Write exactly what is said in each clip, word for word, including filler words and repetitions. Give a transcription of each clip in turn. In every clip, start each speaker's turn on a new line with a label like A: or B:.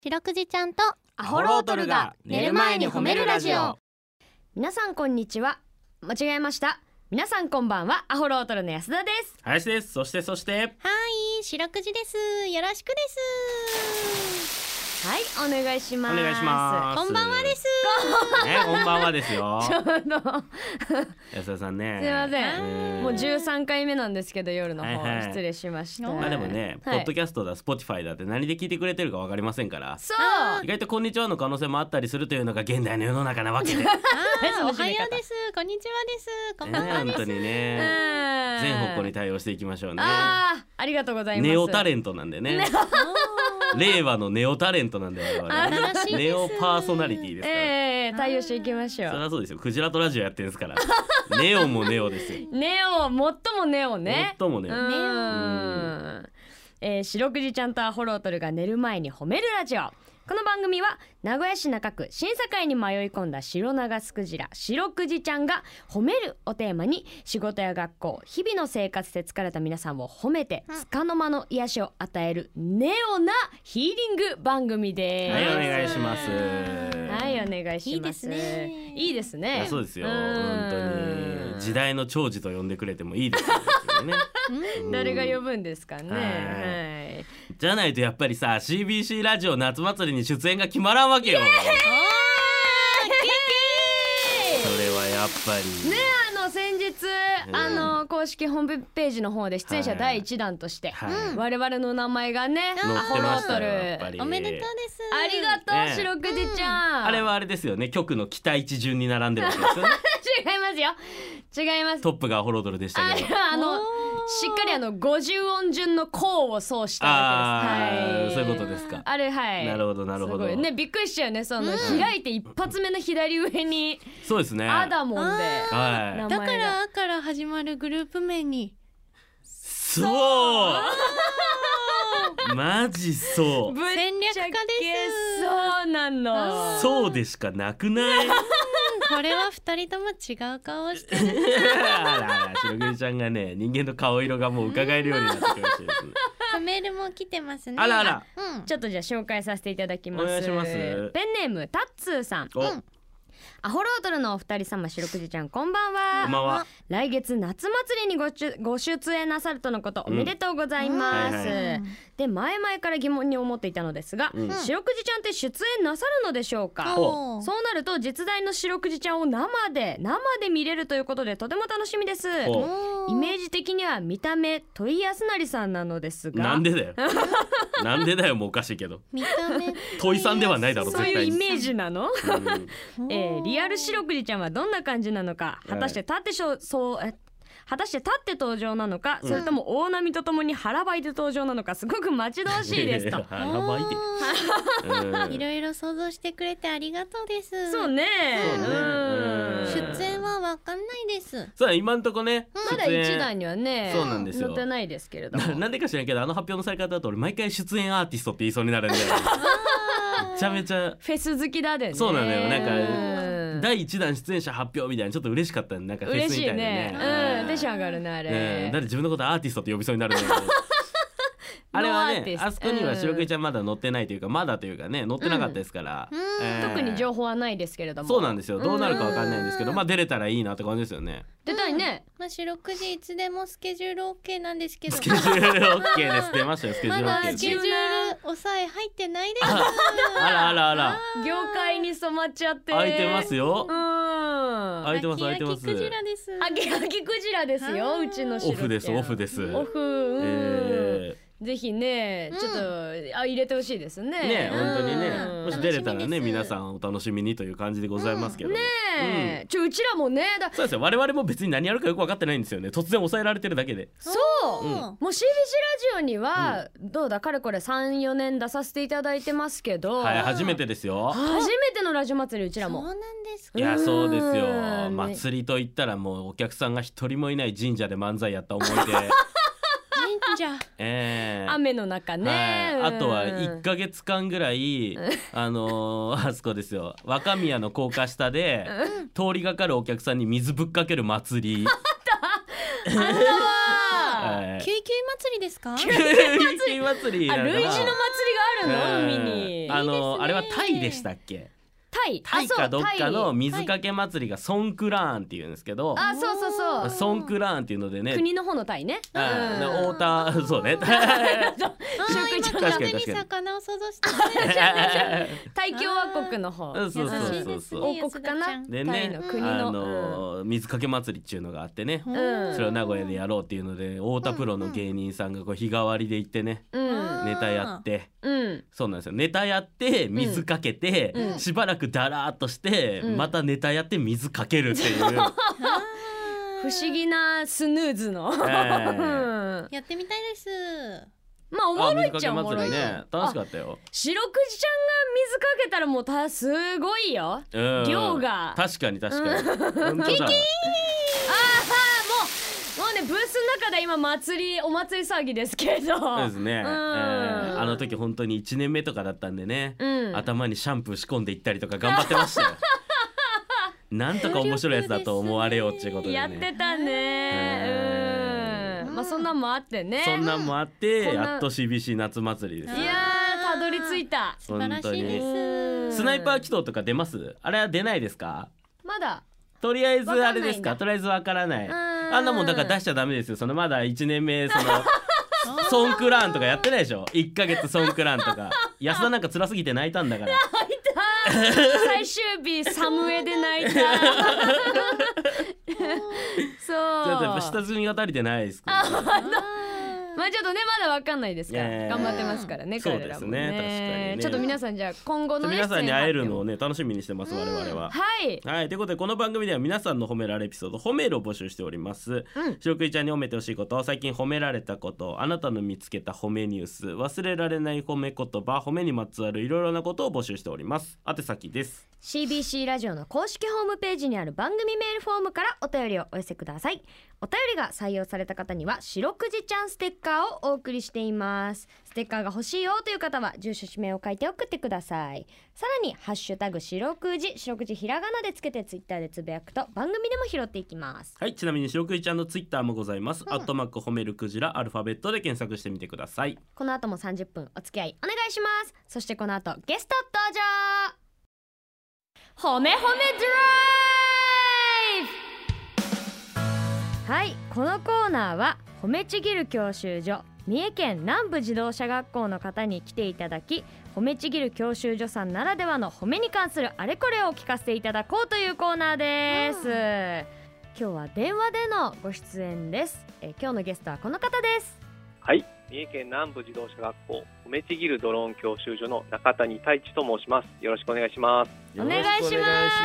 A: 白くじちゃんと
B: アホロートルが寝る前に褒めるラジオ。
C: 皆さんこんにちは。間違えました。皆さんこんばんは。アホロートルの安田です。
B: 林です。そしてそして
A: はい白くじです。よろしくです。
C: はい、お願いします。
B: お願いします。
A: こんばんはです。
B: ね、こんばんはですよ。
C: ちょうど
B: 安田さんね。
C: すいません、
B: えー
C: もうじゅうさんかいめなんですけど夜の方、
B: はいはい
C: 失礼しました。
B: まあでもね、
C: はい
B: ポッドキャストだ、スポティファイだって何で聞いてくれてるかわかりませんから、
C: そう
B: 意外とこんにちはの可能性もあったりするというのが現代の世の中なわけで。
A: あーおはようです。こんにちはです。こんばんはです。
B: ね、本当にね、全方向に対応していきましょうね。
C: あーありがとうございます。
B: ネオタレントなんでね。令和のネオタレントなんで我々ね。
A: 新しいです。
B: ネオパーソナリティですから。
C: えー、対応していきましょ
B: そり
C: う。
B: ゃそうですよ。クジラとラジオやってるんですから。ネオもネオですよ。
C: ネオ、最もネオね。
B: 最もネオ。
C: うーんえー、白くじちゃんとアホロートルが寝る前に褒めるラジオ。この番組は名古屋市中区審査会に迷い込んだ白長スクジラ白くじちゃんが褒めるをテーマに仕事や学校日々の生活で疲れた皆さんを褒めて束の間の癒しを与えるネオなヒーリング番組です。
B: はい、お願いします。
C: はい、お願いします。
A: いいですね。
C: いいですね。
B: いやそうですよ。
C: うん
B: 本当に時代の寵児と呼んでくれてもいいですよね。うん
C: 誰が呼ぶんですかね。
B: はい
C: はい。
B: じゃないとやっぱりさ シービーシー ラジオ夏祭りに出演が決まらんわけよ。それはやっぱり
C: ね、あの先日、
B: うん
C: あの公式ホームページの方で出演者だいいちだんとして、
B: はい
C: 我々の名前がね
B: 載ってましたよやっぱり。
A: おめでとうです。
C: ありがとう、
B: ね
C: 白くじちゃん。
B: あれはあれですよね、局の期待値順に並んでるわけですよね。
C: 違いますよ、違います。
B: トップがアホロートルでした
C: あれ
B: けど。
C: はあの
A: おー
C: しっかりあのごじゅうおん順の項を奏した
B: あ
C: わけです。
B: ー、
C: はい、
B: そういうことですか。
C: あれ、はい、
B: なるほどなるほど
C: すごいね、びっくりしちゃうね。その、
A: うん
C: 開いて一発目の左上に
B: そうですね。
C: アダモンで
A: あ
B: はい。
C: 名前が
A: だから「あ」から始まるグループ名に
B: そうマジそう
C: ぶっ
A: 戦略
C: ちゃけ
A: 家です。
C: そうなの。
B: そうでしかなくない？
A: これは二人とも違う顔をしてる。
B: あらあら、白組ちゃんがね、人間の顔色がもう伺えるようになってきましたですね。
A: メールも来てますね。
B: あらあら、
A: うん。
C: ちょっとじゃあ紹介させていただきます。
B: お願いします。
C: ペンネームタッツーさん。
B: お、
A: うん
C: アホロートルのお二人様、白くじちゃんこんばんは。
B: こんばんは。
C: 来月夏祭りにご出ご出演なさるとのことおめでとうございます、
B: うんはいはい
C: で前々から疑問に思っていたのですが、
B: うん
C: 白くじちゃんって出演なさるのでしょうか。
B: お
A: お
C: そうなると実在の白くじちゃんを生で生で見れるということでとても楽しみです。
B: お
C: イメージ的には見た目土井康成さんなのですが、
B: なんでだよ。なんでだよ、もうおかしいけど。
A: 見た目
B: 問いさんではないだろ
C: そう
B: 絶対に。
C: いうイメージなの、
B: うん
C: えーリアル白くじちゃんはどんな感じなのか、果たして立ってしょそうえ果たして立って登場なのか、
B: うん
C: それとも大波とともに腹ばいで登場なのか、すごく待ち遠しいですと。
B: 腹ばいて。うん
A: いろいろ想像してくれてありがとうです。
C: そうね、
B: そうね
C: うん
A: 出演はわかんないです。
B: そうだ、今んとこね、
C: まだ
B: 出演
C: 一段にはね
B: そうなんですよ
C: 載ってないですけれども
B: ななんでか知らんけど、あの発表のされ方だと俺毎回出演アーティストって言いそうになるんだよ。めちゃめちゃ
C: フェス好きだでね。
B: そうなのよ。なんか
C: うん
B: だいいちだん出演者発表みたいな、ちょっと嬉しかったね。なんかフェス
C: 嬉しい
B: みたいで
C: ね
B: ね。
C: うんテンション上がるねあれ、
B: うん、だって自分のことアーティストって呼びそうになるんだよ。あれはね、
C: ノーアーティスト
B: あそこには白くじちゃんまだ載ってないというか、まだというかね、載ってなかったですから、
A: うん
B: えー
C: 特に情報はないですけれども。
B: そうなんですよ。どうなるかわかんないんですけど、
A: うん
B: まあ出れたらいいなって感じですよね。
C: 出たいね、
A: まあ四六時いつでもスケジュール OK なんですけど。
B: スケジュール OK です。出ましたよ、スケジュール
A: まだ
B: OK です。
A: スケジュール抑え入ってないです。
B: あらあらあら、
C: 業界に染まっちゃって
B: 空いてますよ
C: う。ん
B: 空いてます空いてます。
A: 秋クジラです。
C: あきあきクジラですよ、
A: あー
C: うちの
B: オフですオフ
C: で
B: です。
C: オフ、うん
B: え
C: ぜひね、
A: うん
C: ちょっとあ入れてほしいですね。
B: ー、ね本当にね、
C: うん
B: もし出れたらね
A: 楽しみです
B: 皆さんお楽しみにという感じでございますけども、
C: ねえ、ちょうちらもねだ
B: そうですよ。我々も別に何やるかよく分かってないんですよね。突然抑えられてるだけで。
C: そう、
B: うん
C: もう シービーシー ラジオには、どうだかれこれさん、よねん出させていただいてますけど、
B: はい、初めてですよ。
C: 初めてのラジオ祭りうちらも
A: そうなんですか。
B: いやそうですよ。
C: うん
B: 祭りと言ったらもうお客さんが一人もいない神社で漫才やった思い出。
A: 神社。
B: えー
C: 雨の中ね、
B: はい、あとは
C: うん
B: いっかげつかんぐらい、あのー、あそこですよ、若宮の高架下で通りがかるお客さんに水ぶっかける祭り。
C: あ
B: はい
A: キュイキュイ祭りですか？
B: キュイキュイ祭り
C: あ
B: だから
C: 類似の祭りあるの、
B: うん
C: 海に。
B: あの
A: いいですね
B: あれはタイでしたっけ？
C: タイ、
B: タイかどっかの
C: あそう
B: 水かけ祭りがソンクラーンっていうんですけど、
C: タイあそうそうそう、
B: ソンクラーンっていうのでね、
C: 国の方のタイね。
B: あ
C: うん
B: 太田そうね
A: あー
C: 食いちゃん
A: 今勝手に
B: 確かに確かに
A: 魚を想像して
C: タイ共和国の方、
B: そうそうそう
A: 優しい
B: そう
A: ですね
C: 王国かな
A: 安田ちゃん
B: で
C: タイ
B: ね
C: の国の、
B: あの水かけ祭りっていうのがあってね、
C: うん
B: それを名古屋でやろうっていうので太田プロの芸人さんがこう日替わりで行ってね、
C: うん
B: ネタやって
C: うん
B: そうなんですよ、ネタやって水かけて、
C: うん
B: しばらくダラーっとして、
C: うん
B: またネタやって水かけるっていう、
C: 不思議なスヌーズの、
B: え
C: うん
B: ー
A: やってみたいです。
C: まあおも
B: あ
C: ろいっ
B: 水かけ
C: ちゃおもろい
B: 祭りね楽しかったよ。
C: 白くじちゃんが水かけたらもうたすごいよ。
B: うん
C: 量が
B: 確かに確かに、本当だ。
C: ああもうもうねブースの中で今祭りお祭り騒ぎですけど。
B: そうですね、え
C: うん
B: ーあの時本当にいちねんめとかだったんでね、
C: うん
B: 頭にシャンプー仕込んでいったりとか頑張ってましたよなんとか面白いやつだと思われようっていうことでね、
C: やってたね。
B: へー
C: うんまあそんなんもあってね。
B: そんなんもあって
C: こんな
B: やっと シービーシー 夏祭りですよ。
C: いやーたどり着いた。
A: 素晴らしいで
C: うん
A: す。
B: スナイパー祈祷とか出ます？あれは出ないですか？
C: まだ。
B: とりあえずあれです
C: わかんないんだ
B: か？とりあえずわからない。
C: うん
B: あんなもんだから出しちゃダメですよ。そのまだいちねんめそのソンクラーンとかやってないでしょ。いっかげつソンクラーンとか。安田なんか辛すぎて泣いたんだから。
C: 最終日サムエで泣いた。そう。
B: ちょっとやっぱ下積みが足りてないですからね。
C: まあちょっとねまだわかんないですから、
B: いやいや
C: 頑張ってますからね
B: そう
C: 彼らも
B: ですね確かにね
C: ちょっと皆さんじゃあ今後のね
B: 皆さんに会えるのを
C: ね
B: ね楽しみにしてます我々は。
C: はい
B: はい、ということでこの番組では皆さんの褒められエピソード褒めるを募集しております。
C: うん
B: 白クイちゃんに褒めてほしいこと、最近褒められたこと、あなたの見つけた褒めニュース、忘れられない褒め言葉、褒めにまつわるいろいろなことを募集しております。宛先です。
C: シービーシー ラジオの公式ホームページにある番組メールフォームからお便りをお寄せください。お便りが採用された方には白くじちゃんステッカーをお送りしています。ステッカーが欲しいよという方は住所氏名を書いて送ってください。さらにハッシュタグ白くじ白くじひらがなでつけてツイッターでつぶやくと番組でも拾っていきます。
B: はい、ちなみに白クイちゃんのツイッターもございます。アットマーク褒めるクジラアルファベットで検索してみてください。
C: この後もさんじゅっぷんお付き合いお願いします。そしてこの後ゲスト登場、褒め褒めドライブ。はい、このコーナーは褒めちぎる教習所三重県南部自動車学校の方に来ていただき、褒めちぎる教習所さんならではの褒めに関するあれこれを聞かせていただこうというコーナーです、うん、今日は電話でのご出演です。え今日のゲストはこの方です。
D: はい、三重県南部自動車学校褒めちぎるドローン教習所の中谷太一と申します。よろしくお願いします。
C: お願いします。
B: よろくお願いし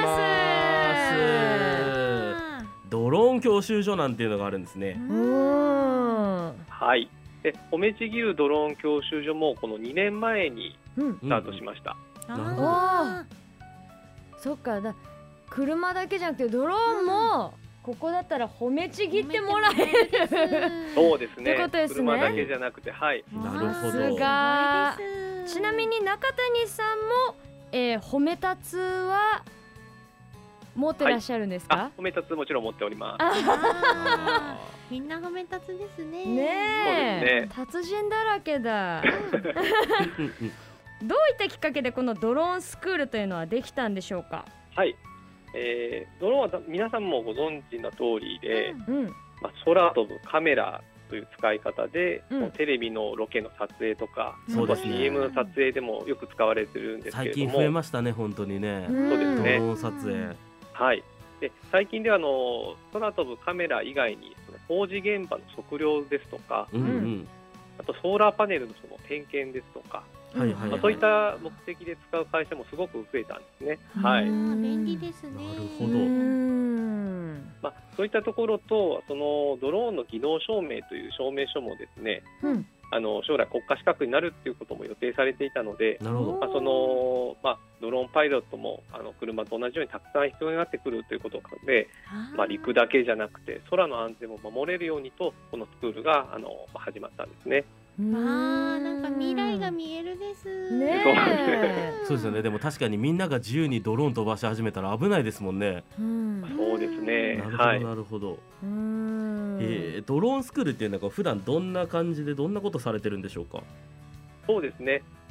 B: ますドローン教習所なんていうのがあるんですね。
C: うーん、
D: はい、で褒めちぎるドローン教習所もこのにねんまえに
C: うん、
D: スタートしました。
B: なるほど
A: あ
C: そっかだ、車だけじゃなくてドローンもここだったら褒めち
A: ー
C: ぎってもらえる。
D: そうですね。
C: ってことですね
D: 車だけじゃなくて、はい。
B: なるほど
C: さすが
A: すごいです。
C: ちなみに中谷さんも、えー、褒め立つは持ってらっしゃるんですか？
D: あ、褒め立つもちろん持っております。
A: あーみんな褒め立つですね。
C: ねえ、
D: そう
C: 達人だらけだ。どういったきっかけでこのドローンスクールというのはできたんでしょうか？
D: はい。えー、ドローンは皆さんもご存知の通りで、
C: うん、
D: まあ、空飛ぶカメラという使い方で、
C: うん
D: もうテレビのロケの撮影とか、
B: そうですね
D: シーエム の撮影でもよく使われてるんですけれども、
B: 最近増えましたね本当にね。
C: うん
D: そうですね
B: ドローン撮影。
D: はい。で最近ではあの空飛ぶカメラ以外にその工事現場の測量ですとか、
B: うんうん
D: あとソーラーパネルのその点検ですとか、
B: はいはいはい。
D: まあ、そういった目的で使う会社もすごく増えたんですね。はい。
A: あー便利ですね。
B: なるほ
C: う
B: ど
C: ん、
D: まあ、そういったところと、そのドローンの技能証明という証明書もですね、
C: うん、
D: あの将来国家資格になるっていうことも予定されていたので、
B: なるほど。
D: まあ、そのまあ、ドローンパイロットもあの車と同じようにたくさん必要になってくるということで、まあ、陸だけじゃなくて空の安全も守れるようにとこのスクールがあのまあ始まったんですね。
A: あーなんか未来が見えるです。
C: ね
D: そう
C: え、
B: そうですよね。でも確かにみんなが自由にドローン飛ばし始めたら危ないですもんね。
C: うん
D: そうですね。
B: なるほど、
D: はい。
B: なるほど。
C: うん
B: えー、ドローンスクールっていうのは普段どんな感じでどんなことされてるんでしょうか？
D: そうですね。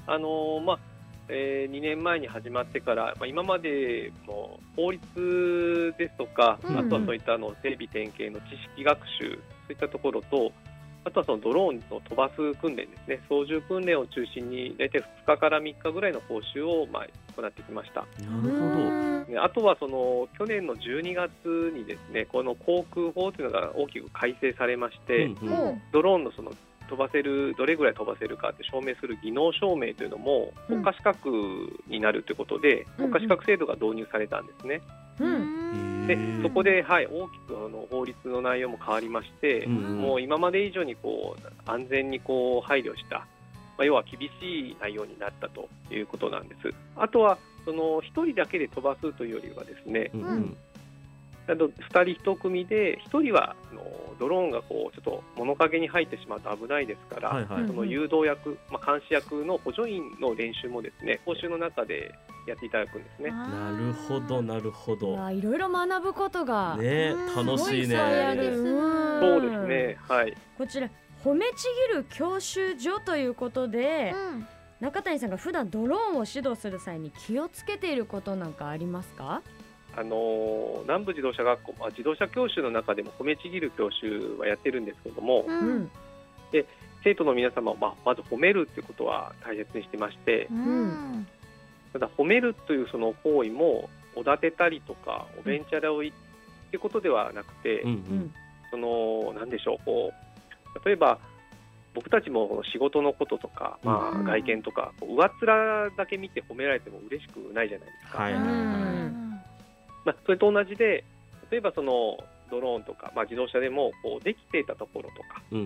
D: あのーまあえー、にねんまえに始まってから、まあ、今までも法律ですとか、
A: うん
D: あとはそういったあの整備点検の知識学習、そういったところと、あとはそのドローンの飛ばす訓練ですね、操縦訓練を中心に大体ふつかからみっかぐらいの講習をまあ行ってきました。
B: なる
D: ねあとはその去年のじゅうにがつにですね、この航空法というのが大きく改正されまして、
B: ほど、うんうん、
D: ドローンのその飛ばせるどれぐらい飛ばせるかって証明する技能証明というのも国家資格になるということで、
C: うん、
D: 国家資格制度が導入されたんですね。
C: うん、
D: でそこで、はい、大きくあの法律の内容も変わりまして、うんうん、もう今まで以上にこう安全にこう配慮した、まあ、要は厳しい内容になったということなんです。あとはそのひとりだけで飛ばすというよりはですね、うんうんあとふたりいち組でひとりはあのドローンがこうちょっと物陰に入ってしまうと危ないですから、はいはい、その誘導役、まあ、監視役の補助員の練習もですね講習の中でやっていただくんですね。
B: なるほどなるほど。
C: いろいろ学ぶことが
B: ね楽しいね。
D: そうですね、はい、
C: こちら褒めちぎる教習所ということで、うん、中谷さんが普段ドローンを指導する際に気をつけていることなんかありますか？
D: あの南部自動車学校、まあ、自動車教習の中でも褒めちぎる教習はやってるんですけども、うん、で生徒の皆様を、まあ、まず褒めるということは大切にしてまして、うん、ただ褒めるというその行為もおだてたりとかおべんちゃらをいっていうことではなくて、うんうん、その何でしょう、こう例えば僕たちも仕事のこととか、まあ、外見とか、うん、上っ面だけ見て褒められても嬉しくないじゃないですか。はいはいはいまあ、それと同じで例えばそのドローンとか、まあ、自動車でもこうできていたところとか、うん、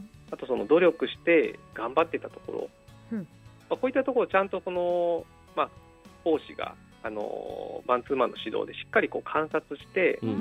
D: あとその努力して頑張っていたところ、うんまあ、こういったところをちゃんとその、まあ、講師があのマンツーマンの指導でしっかりこう観察して、うん、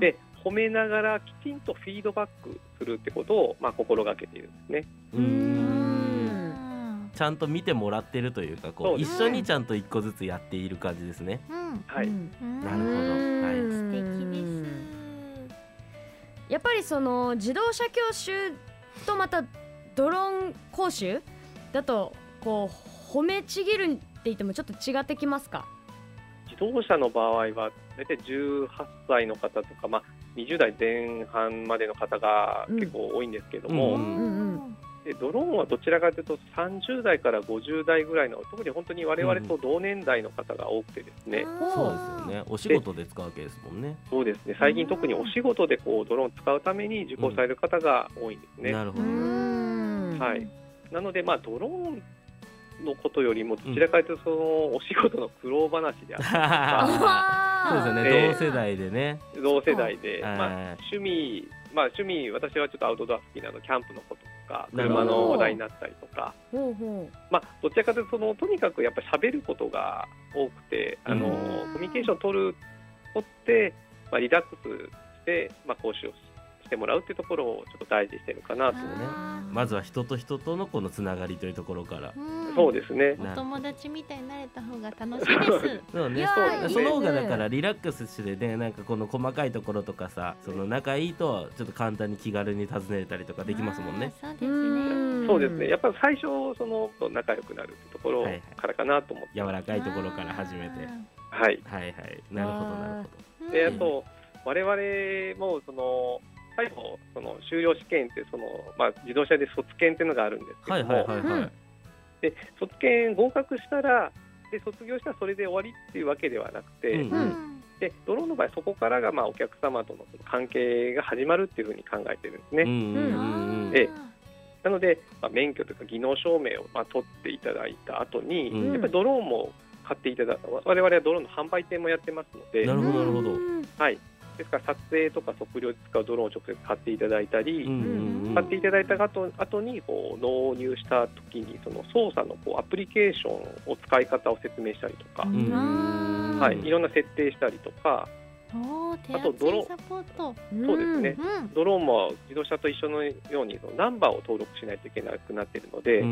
D: で褒めながらきちんとフィードバックするってことを、まあ、心がけているんですね。うー
B: んちゃんと見てもらってるというかこう、ね、一緒にちゃんと一個ずつやっている感じですね。うん
D: はい、なる
B: ほど、はい、
A: 素敵です。
C: やっぱりその自動車教習とまたドローン講習だとこう褒めちぎるって言ってもちょっと違ってきますか？
D: 自動車の場合は大体じゅうはっさいの方とか、まあ、にじゅう代前半までの方が結構多いんですけども、うんうんうんでドローンはどちらかというとさんじゅう代からごじゅう代ぐらいの特に本当に我々と同年代の方が多くてですね、
B: うん、そうですよね。お仕事で使うわけですもんね。
D: そうですね。最近特にお仕事でこうドローン使うために受講される方が多いんですね。
B: うん、なるほど。
D: はい。なのでまあドローンのことよりもどちらかというとそのお仕事の苦労話であったりとか、
B: そうですよね。同世代でね。
D: 同世代で、まあ趣味まあ趣味私はちょっとアウトドア好きなのキャンプのこととか車の話題になったりとか、まあどちらかというとそのとにかくやっぱり喋ることが多くて、あの、うん、コミュニケーションを取る取って、まあ、リラックスしてまあ講習をしてもらうっていうところをちょっと大事にしてるかなとね。
B: まずは人と人とのこのつながりというところから、
D: うん、そうですね。
A: お友達みたいになれた方が楽しいです。
B: そうね。その方がだからリラックスしてね、なんかこの細かいところとかさ、その仲いいとちょっと簡単に気軽に訪ねたりとかできますもんね。
A: そうですね。
D: そうですね。やっぱり最初その仲良くなるってところからかなと思って、
B: はいはい、柔らかいところから始めて、
D: はい
B: はいはい、なるほどなるほど。
D: であと我々もその最後その修了試験ってその、まあ、自動車で卒検っていうのがあるんですけども、はいはいはいはい、で卒検合格したらで卒業したらそれで終わりっていうわけではなくて、うんうん、でドローンの場合そこからがまあお客様との関係が始まるっていうふうに考えてるんですね。うんうん、でなので、まあ、免許というか技能証明をまあ取っていただいた後に、うん、やっぱりドローンも買っていただく我々はドローンの販売店もやってますので、
B: なるほどなるほど、
D: はい、ですから撮影とか測量で使うドローンを直接買っていただいたり、うんうんうん、買っていただいた後、後にこう納入した時にその操作のこうアプリケーションを使い方を説明したりとか、はい、いろんな設定したりとか、
A: お手厚いサポート。
D: そうですね、うん、ドローンも自動車と一緒のようにそのナンバーを登録しないといけなくなっているので、うん、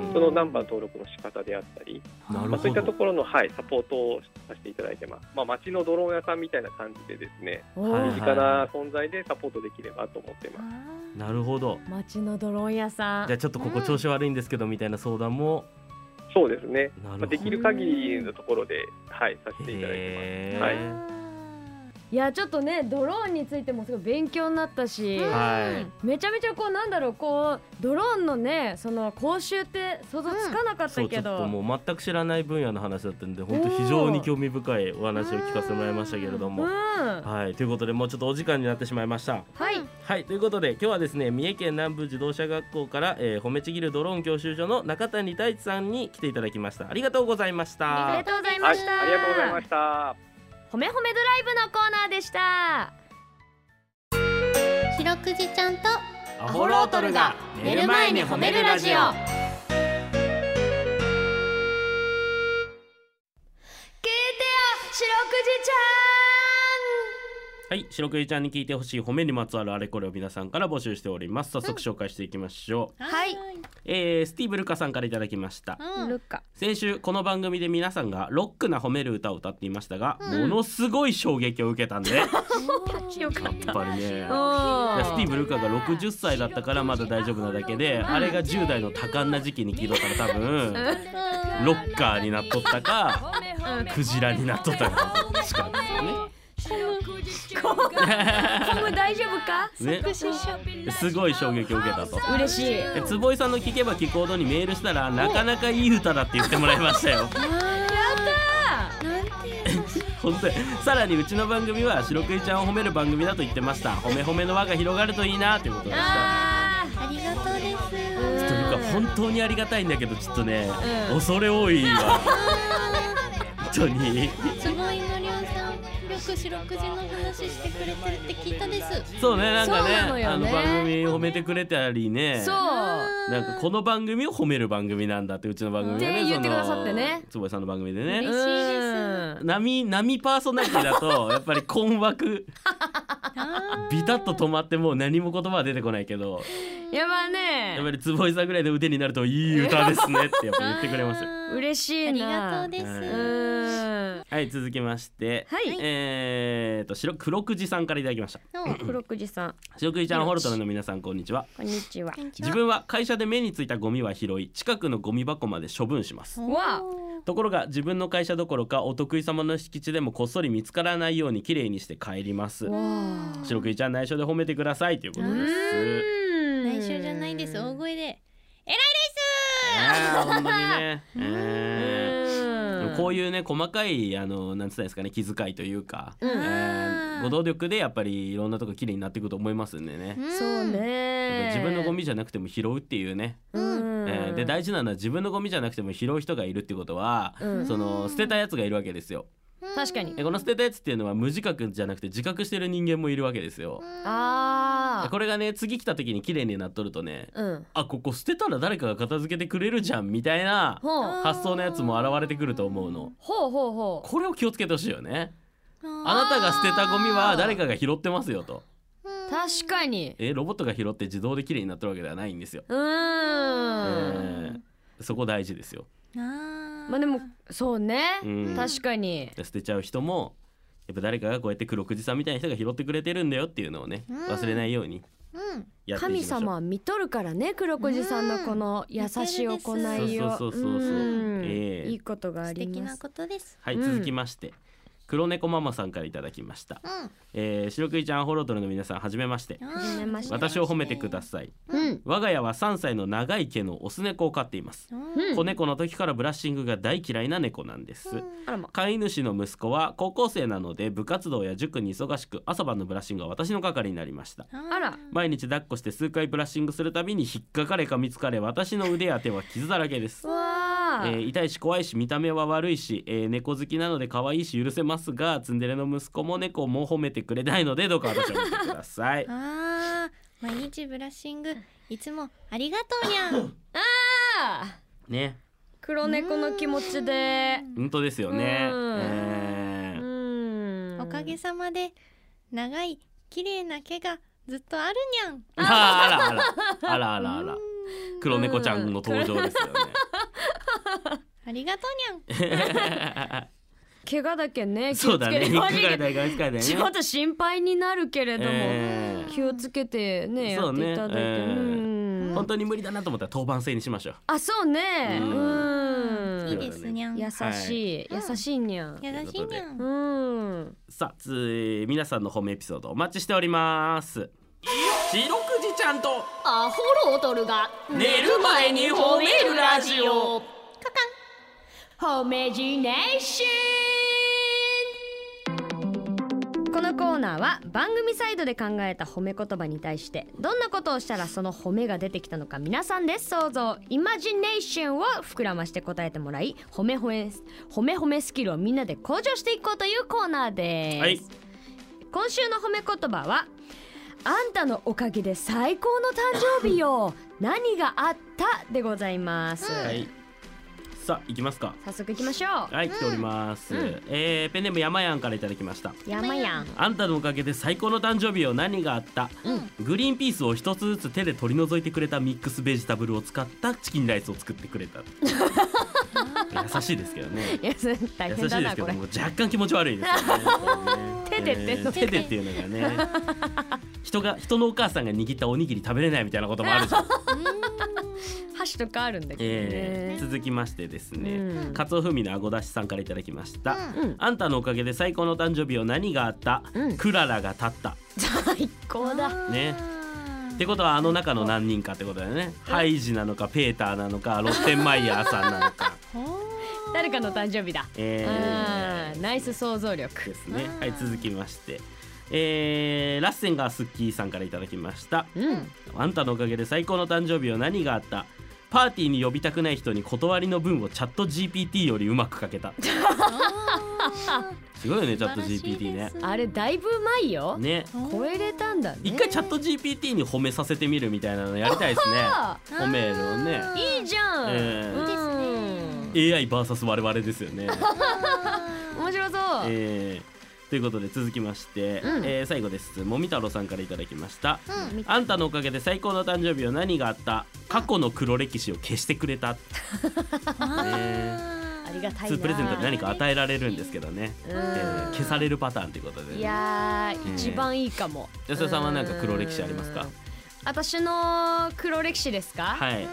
D: そのナンバー登録の仕方であったり、まあ、そういったところの、はい、サポートをさせていただいてます。まあ、街のドローン屋さんみたいな感じでですね、身近な存在でサポートできればと思っています。
B: なるほど。
C: 街のドローン屋さん、
B: じゃあちょっとここ調子悪いんですけど、うん、みたいな相談も
D: そうですね、
B: なるほど
D: まあ、できる限りのところで、はい、させていただいて
B: へー
D: ます。はい
C: いやちょっとねドローンについてもすごい勉強になったし、
B: はい
C: めちゃめちゃこうなんだろうこうドローンのねその講習って想像つかなかっ
B: そうちょっ
C: たけど、
B: ともう全く知らない分野の話だったんで本当非常に興味深いお話を聞かせてもらいましたけれども、
C: うん
B: はいということでもうちょっとお時間になってしまいました。
C: はい
B: はいということで今日はですね三重県南部自動車学校から、えー、褒めちぎるドローン教習所の中谷太一さんに来ていただきました。ありがとうございました。
C: ありがとうござい
D: はい、
C: ました、
D: ありがとうございました。
C: 褒め褒めドライブのコーナーでした。
A: 白くじちゃんと
B: アホロートルが寝る前に褒めるラジオ。
C: 聞いてよ白くじち
B: はい、白くじちゃんに聞いてほしい褒めにまつわるあれこれを皆さんから募集しております。早速紹介していきましょう。
C: はい
B: えー、スティーブ・ルカさんからいただきました。
C: ゃん、ルカ
B: 先週この番組で皆さんがロックな褒める歌を歌っていましたが、ものすごい衝撃を受けたんでやっ
C: よかった
B: ぱりねいや
C: お
B: スティーブ・ルカがろくじゅっさいだったからまだ大丈夫なだけで、あれがじゅう代の多感な時期に聞いとったら多分ロッカーになっとったかクジラになっとったかどっちかですよね。
C: コム大丈夫か
B: ねすごい衝撃を受けたと。
C: 嬉しい。
B: で坪井さんの聞けば聞くほどにメールしたらなかなかいい歌だって言ってもらいましたよ。
C: やった
B: 本当にさらにうちの番組は白くじちゃんを褒める番組だと言ってました。褒め褒めの輪が広がるといいなということでした。
C: あ
A: ありがとうです。
B: というか本当にありがたいんだけどちょっとね、
C: うん
B: 恐れ多いわ本当に。
A: すごいのりょうさん、よく白くじの話してくれてるって聞いたです。
B: そうねなんか
C: そう
B: ね
C: なのよね
B: あの番組褒めてくれたりね。
C: そう
B: なんかこの番組を褒める番組なんだってうちの番組がね
C: って言ってくださってね
B: その坪井さんの番組でね
A: 嬉しいです。
B: 波波パーソナリティだとやっぱり困惑
A: あ
B: ビタッと止まってもう何も言葉は出てこないけど
C: やばね
B: やっぱり坪井さんぐらいの腕になるといい歌ですねってやっぱ言ってくれますよ。
C: 嬉しい
A: あり
C: な
A: がとうです。
B: は
C: うん
B: はい続きまして、
C: はい
B: えーと白黒くじさんからいただきました。
C: 黒くじさん
B: 白くじちゃんホルトルの皆さんこんにちは。
C: こんにちは。
B: 自分は会社で目についたゴミは拾い近くのゴミ箱まで処分します。
C: わ
B: ところが自分の会社どころかお得意様の敷地でもこっそり見つからないようにきれいにして帰ります。
C: わ
B: 白くじちゃん内緒で褒めてくださいということです。
A: 内緒じゃないです。大声で。
B: あー本当にね、えー
C: うん
B: こういうね細かいあのなんつったんですかね気遣いというか、
C: うん
B: えーご努力でやっぱりいろんなとこきれいになっていくと思いますんでね、
C: そう
B: やっぱり
C: ね
B: 自分のゴミじゃなくても拾うっていうね、
C: うん
B: えーで大事なのは自分のゴミじゃなくても拾う人がいるってことは、
C: うん
B: その捨てたやつがいるわけですよ。
C: 確かに
B: でこの捨てたやつっていうのは無自覚じゃなくて自覚してる人間もいるわけですよ。
C: あ
B: これがね次来た時に綺麗になっとるとね、
C: ーうん
B: あここ捨てたら誰かが片付けてくれるじゃんみたいな
C: ほう
B: 発想のやつも現れてくると思うの。
C: ほうほうほう
B: これを気をつけてほしいよね。あなたが捨てたゴミは誰かが拾ってますよと。
C: 確かに
B: えロボットが拾って自動で綺麗になってるわけではないんですよ。
C: うーん、
B: えーそこ大事ですよ。
C: まあでもそうね、
B: うん
C: 確かに
B: で捨てちゃう人もやっぱ誰かがこうやって黒くじさんみたいな人が拾ってくれてるんだよっていうのをね忘れないようにやっていきましょう。
C: 神様は見とるからね黒子じさんのこの優しい行いを
B: そうそうそうそうそう、
C: うん
B: ええ
C: いいことがあ
A: 素敵な
C: ります
A: ことです。
B: はい、
C: うん
B: 続きまして黒猫ママさんからいただきました、
A: うん。
B: えー、白くじちゃんホロトルの皆さんはじめまして。
C: はじめまして
B: 私を褒めてください。
C: うん
B: 我が家はさんさいの長い毛のオス猫を飼っています。
C: うん
B: 子猫の時からブラッシングが大嫌いな猫なんです。
C: あらま
B: 飼い主の息子は高校生なので部活動や塾に忙しく朝晩のブラッシングは私の係になりました。
C: あら
B: 毎日抱っこして数回ブラッシングするたびに引っかかれかみつかれ私の腕や手は傷だらけです。
C: わー
B: えー痛いし怖いし見た目は悪いし、えー猫好きなので可愛いし許せますがツンデレの息子も猫も褒めてくれないのでどうか私を見てください。
A: あー、毎日ブラッシングいつもありがとうにゃん。
C: あー
B: ね
C: 黒猫の気持ちで
B: 本当ですよね。
C: うん
B: え
C: う
B: ー
C: ん
A: おかげさまで長い綺麗な毛がずっとあるにゃん。
B: ああらあらあらあらあら黒猫ちゃんの登場ですよね。
A: ありがとうにゃん。
C: 怪我だけね気
B: そうだね。
C: をつける
B: 引っかかれ
C: ように
B: たりがつかれたり
C: ち
B: ね。
C: ょっと心配になるけれども、
B: えー
C: 気をつけてねや
B: そうね
C: っていただいて、
B: えー
C: うん
B: 本当に無理だなと思ったら当番制にしましょう。
C: あそうね
B: う
C: うんん
A: そうですにゃん。
C: 優しい、
A: はい
C: 優しいにゃん。
A: 優しいにゃん。
C: うん。
B: さあつ皆さんの褒めエピソードお待ちしております。白くじちゃんと
C: アホロートルが
B: 寝る前に褒めるラジオ。
C: 褒めジネーション。このコーナーは番組サイドで考えた褒め言葉に対してどんなことをしたらその褒めが出てきたのか皆さんで想像イマジネーションを膨らまして答えてもらい褒め褒め褒め褒めスキルをみんなで向上していこうというコーナーです、
B: はい、
C: 今週の褒め言葉はあんたのおかげで最高の誕生日よ何があったでございます、
B: はい、さあ行きますか。
C: 早速行きましょう。
B: はい、来ております、
C: うん
B: えーペンネーム山やんからいただきました。
C: 山やん。
B: あんたのおかげで最高の誕生日よ何があった、
A: うん
B: グリーンピースを一つずつ手で取り除いてくれたミックスベジタブルを使ったチキンライスを作ってくれた優しいですけどね。
C: いやそれ大
B: 優しい
C: 変だなこれ
B: ですけども若干気持ち悪いですよね
C: 手でってんの
B: えー手でっていうのがね人が人のお母さんが握ったおにぎり食べれないみたいなこともあるじゃん
C: 箸とかあるんだけどね、
B: えー続きましてですね、
C: うん
B: かつおふみのあごだしさんからいただきました、
C: うん
B: あんたのおかげで最高の誕生日を何があった、
C: うん
B: クララが立った
C: 最高だ。
B: ねってことはあの中の何人かってことだよね。ハイジなのかペーターなのかロッテンマイヤーさんなのか
C: 誰かの誕生日だ、
B: え
C: あーナイス想像力
B: ー、ですね。はい、続きまして、えーラッセンガースッキーさんからいただきました。
C: うん
B: あんたのおかげで最高の誕生日は何があった、パーティーに呼びたくない人に断りの文をチャット ジーピーティー よりうまく書けたすごいよねチャット ジーピーティー ね。
C: あれだいぶうまいよ、
B: ね
C: 超えれたんだね。
B: 一回チャット ジーピーティー に褒めさせてみるみたいなのやりたいですね。
C: あ
B: 褒めるをね。
C: ーいいじゃん、
B: えー
C: うん
B: エーアイブイエス 我々ですよね。
C: 面白そう、
B: えーということで続きまして、
C: うん
B: えー最後です。もみ太郎さんからいただきました、
A: うん
B: あんたのおかげで最高の誕生日は何があった、過去の黒歴史を消してくれた、ね、
C: ありがたいな。
B: 普通プレゼントで何か与えられるんですけどね、
C: うん
B: えー消されるパターンということで、
C: いやー、
B: うん
C: 一番いいかも。
B: 安田さんは何か黒歴史ありますか？
C: うん私の黒歴史ですか？
B: はい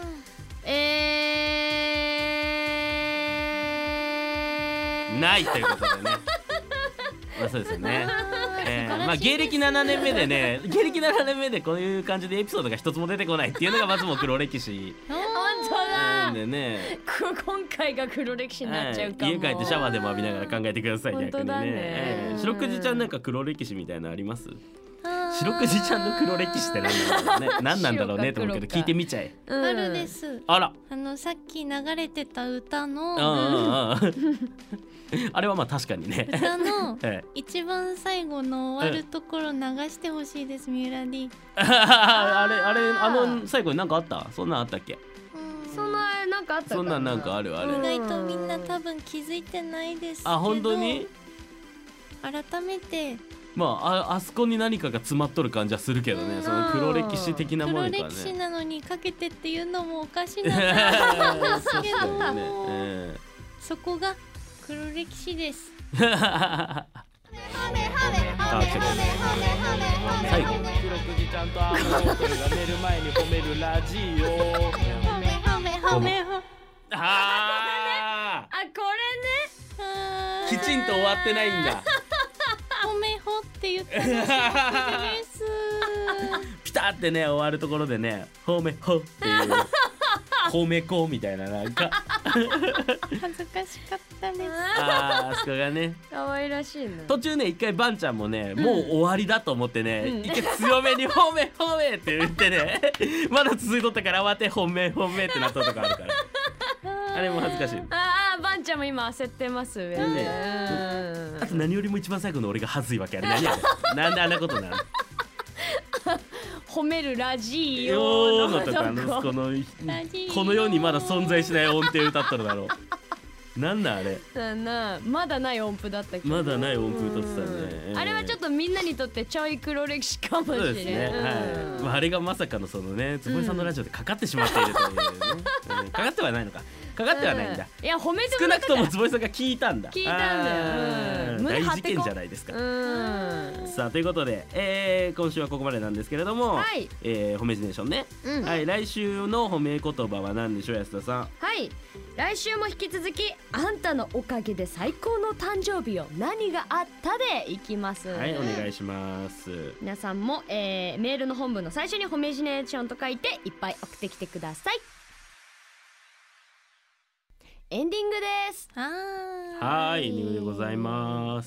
C: えー
B: ないということでねまあそうですよね、えーまあ芸歴ななねんめでね芸歴ななねんめでこういう感じでエピソードが一つも出てこないっていうのがまずもう黒歴史
C: 本当
B: なん
C: だ、
B: でね、
C: こ今回が黒歴史になっちゃうかも、
B: はい、家帰ってシャワーでも浴びながら考えてください。
C: 本当だね
B: 逆にね、えー白くじちゃんなんか黒歴史みたいなのあります？
A: あー
B: 白くじちゃんの黒歴史って何なんだろうね何なんだろうねと思うけど
C: 白か黒か
B: 聞いてみちゃえ。
C: うん
A: あるです。
B: あら
A: あのさっき流れてた歌
B: うん
A: の
B: うんうんあれはまあ確かにね
A: 歌の
B: ええ
A: 一番最後の終わるところ流してほしいです三浦 D。
B: あれあれあの最後に何かあった？そんなんあったっけ？
A: うん
C: そんななんかあったかな。
B: そんなんなんかあるある
C: うん
A: 意外とみんな多分気づいてないですけど。
B: あ本当に？
A: 改めて
B: まあ、ああそこに何かが詰まっとる感じはするけどね、その黒歴史的なも
A: 黒
B: のか
A: 歴史
B: ね
A: なのにかけてっていうのもおかしいなと思うんです
B: そう
A: けど
B: だよね、え
A: そこが黒歴史です。
B: えあ来てる最後黒くじちゃんとアーモンドが寝る前に褒めるラジオ
A: 褒め褒め褒め褒め
B: あ
C: あこれね。
B: ーきちんと終わってないんだ
A: 褒めほって言ったらです
B: ピタってね終わるところでね褒めほっていう褒めこみたいななんか
A: 恥ずかしかったです。
B: あーあそこがね
C: 可愛らしいな。
B: 途中ね一回バンちゃんもね、もう終わりだと思ってね、
C: うん
B: 一回強めに褒め褒めって言ってねまだ続いとったから慌て褒め褒めってなったとこあるからあれも恥ずかしい。
C: ああバンちゃんも今焦ってます上で、
B: ねあと何よりも一番最後の俺が恥ずいわけあれ何やねんなんであんなことなの
C: 褒めるラジ
B: よ
C: オ
B: ーのとかあの
C: こ
B: この
A: ラジオ
B: この世にまだ存在しない音程歌っとるだろうなんなんあれ
C: だなまだない音符だったけど
B: まだない音符歌ってたね
C: うんあれはちょっとみんなにとってちょい黒歴史かもしれない。
B: そうですね、はいまあ、あれがまさかのそのね坪井さんのラジオでかかってしまっているというね、うんかかってはないのかかかってはないんだ、
C: うん、いや褒めて
B: 少なく
C: もらったから
B: とも坪井さんが聞いたんだ。
C: 聞いたんだよ、
B: あー
C: うん、胸張
B: 大事
C: ってこ
B: 件じゃないですか。
C: うん
B: さあということで、えー、今週はここまでなんですけれども、
C: はい
B: えー、褒めジネーションね、
C: うん
B: はい、来週の褒め言葉は何でしょう、安田さん。
C: はい来週も引き続きあんたのおかげで最高の誕生日を何があったでいきます。
B: はい、お願いします。
C: 皆さんも、えー、メールの本文の最初に褒めジネーションと書いていっぱい送ってきてください。エンディングです。
A: は
B: はい、エンディングでございます。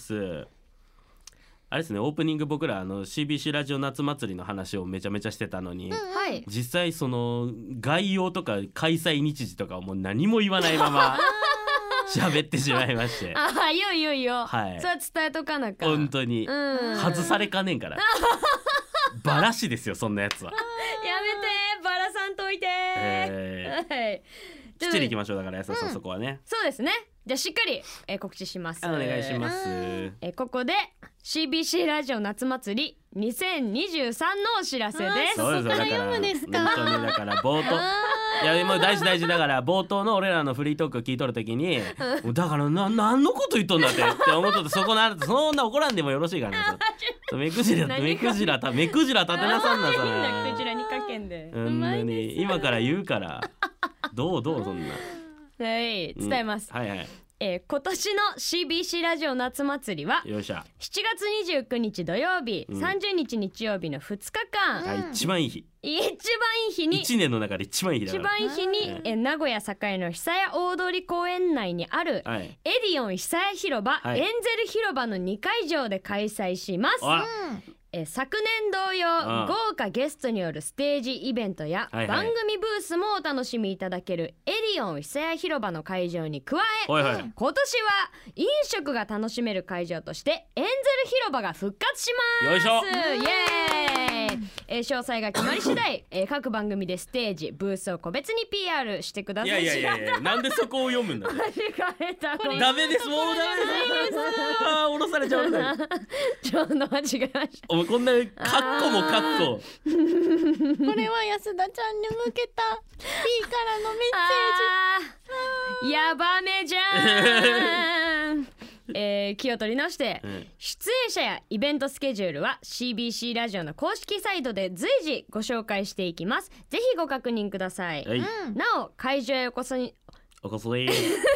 B: あれですね、オープニング僕らあの シービーシー ラジオ夏祭りの話をめちゃめちゃしてたのに、
C: はい
B: 実際その概要とか開催日時とかをもう何も言わないまま喋ってしまいまして、
C: ああいいよいいよいいよ、
B: はい
C: それは伝えとかなか
B: 本当に
C: うん
B: 外されかねんからバラシですよそんなやつは。
C: やめてバラさんといて、
B: え
C: はい
B: きっちりいきましょう。だから安田さん、
C: うん
B: そこはね
C: そうですね。じゃあしっかり、えー告知します。
B: お願いします。
C: えーここで シービーシー ラジオ夏祭りにせんにじゅうさんのお知らせです。
B: そうですよ、だから
A: 読むですか
B: 本当にだから冒頭いやもう大事大事だから冒頭の俺らのフリートーク聞いとるときにだからな何のこと言っとんだってって思っとって、そこのあるとそんな怒らんでもよろしいからね。そう目くじら目くじらた目くじら立てなさんなさ
C: みんなクジラにかけんで。
B: ほんまに今から言うからどうどうそんな
C: はい伝えます。
B: うんはいはい
C: えー今年の シービーシー ラジオ夏祭りは
B: よっしゃ、
C: しちがつにじゅうくにち土曜日、
B: うん
C: さんじゅうにち日曜日のふつかかん、
B: はい、一番いい日、
C: 一番いい日に
B: 一年の中で一番いい日だ
C: 一
B: から
C: 番いい日に、
B: うん
C: えー名古屋栄の久屋大通公園内にある
B: はい
C: エディオン久屋広場、
B: はい
C: エンゼル広場のにかいじょうで開催します。
B: あ
C: えー昨年同様
B: ああ
C: 豪華ゲストによるステージイベントや
B: はいはい
C: 番組ブースもお楽しみいただけるエディオン久屋広場の会場に加え、
B: はいはい
C: 今年は飲食が楽しめる会場としてエンゼル広場が復活します。
B: よいしょ
C: イエーイ、えー詳細が決まり次第、えー各番組でステージブースを個別に ピーアール してください。
B: いやいやいやいやなんでそこを読むんだね
C: 間違えたこれ
B: ダメですもうダメですあー降ろされちゃう降ろされちゃう
C: ちょっと間違えました。
B: お前こんなカッコもカッコ
A: これは安田ちゃんに向けた P からのメッセージ。
C: あーやばめじゃんえー、気を取り直して、
B: うん
C: 出演者やイベントスケジュールは シービーシー ラジオの公式サイトで随時ご紹介していきます。ぜひご確認ください。
B: はい
C: なお会場へお越しに
B: おこそい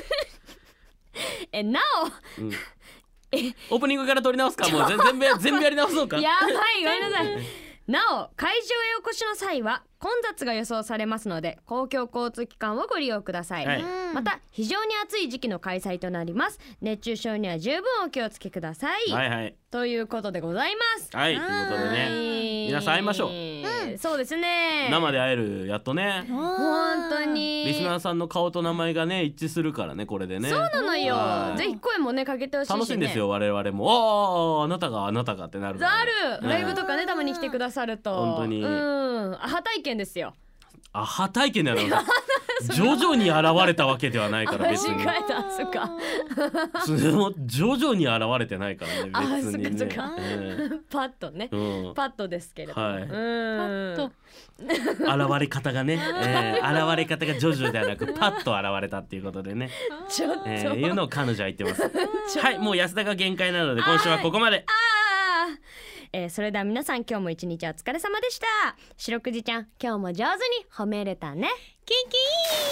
C: えな
B: うんオープニングから撮り直すかもう全全部や全部やり直そうか
C: おやばいごめんなさいなお会場へお越しの際は混雑が予想されますので公共交通機関をご利用ください、
B: はい
C: また非常に暑い時期の開催となります。熱中症には十分お気をつけください、
B: はいはい
C: ということでございます。
B: はいということでね
C: ね
B: 皆さん会いましょう
C: うそうですね
B: 生で会えるやっとね
C: 本当に
B: リスナーさんの顔と名前がね一致するからねこれでね
C: そうなのよ
B: はい
C: ぜひ声もねかけてほしいし、ね、
B: 楽しいんですよ我々もあああなたがあなたがってなるから
C: ある
B: うん
C: ライブとかねたまに来てくださると
B: 本当に
C: うんアハ体験ですよ。
B: アハ体験なの徐々に現れたわけではないから別に
C: 間違えたそっか
B: その徐々に現れてないからね
C: あ
B: 別にね
C: そっかそっか
B: え
C: パッとね
B: えうん
C: パッとですけれども、
B: はい
C: うん
B: 現れ方がね、えー、現れ方が徐々ではなくパッと現れたっていうことでね、
C: ちょっと、
B: えー、いうのを彼女は言ってますはいもう安田が限界なので今週はここまで
C: あーえーそれでは皆さん今日も一日お疲れ様でした。白くじちゃん今日も上手に褒めれたね。
A: キンキー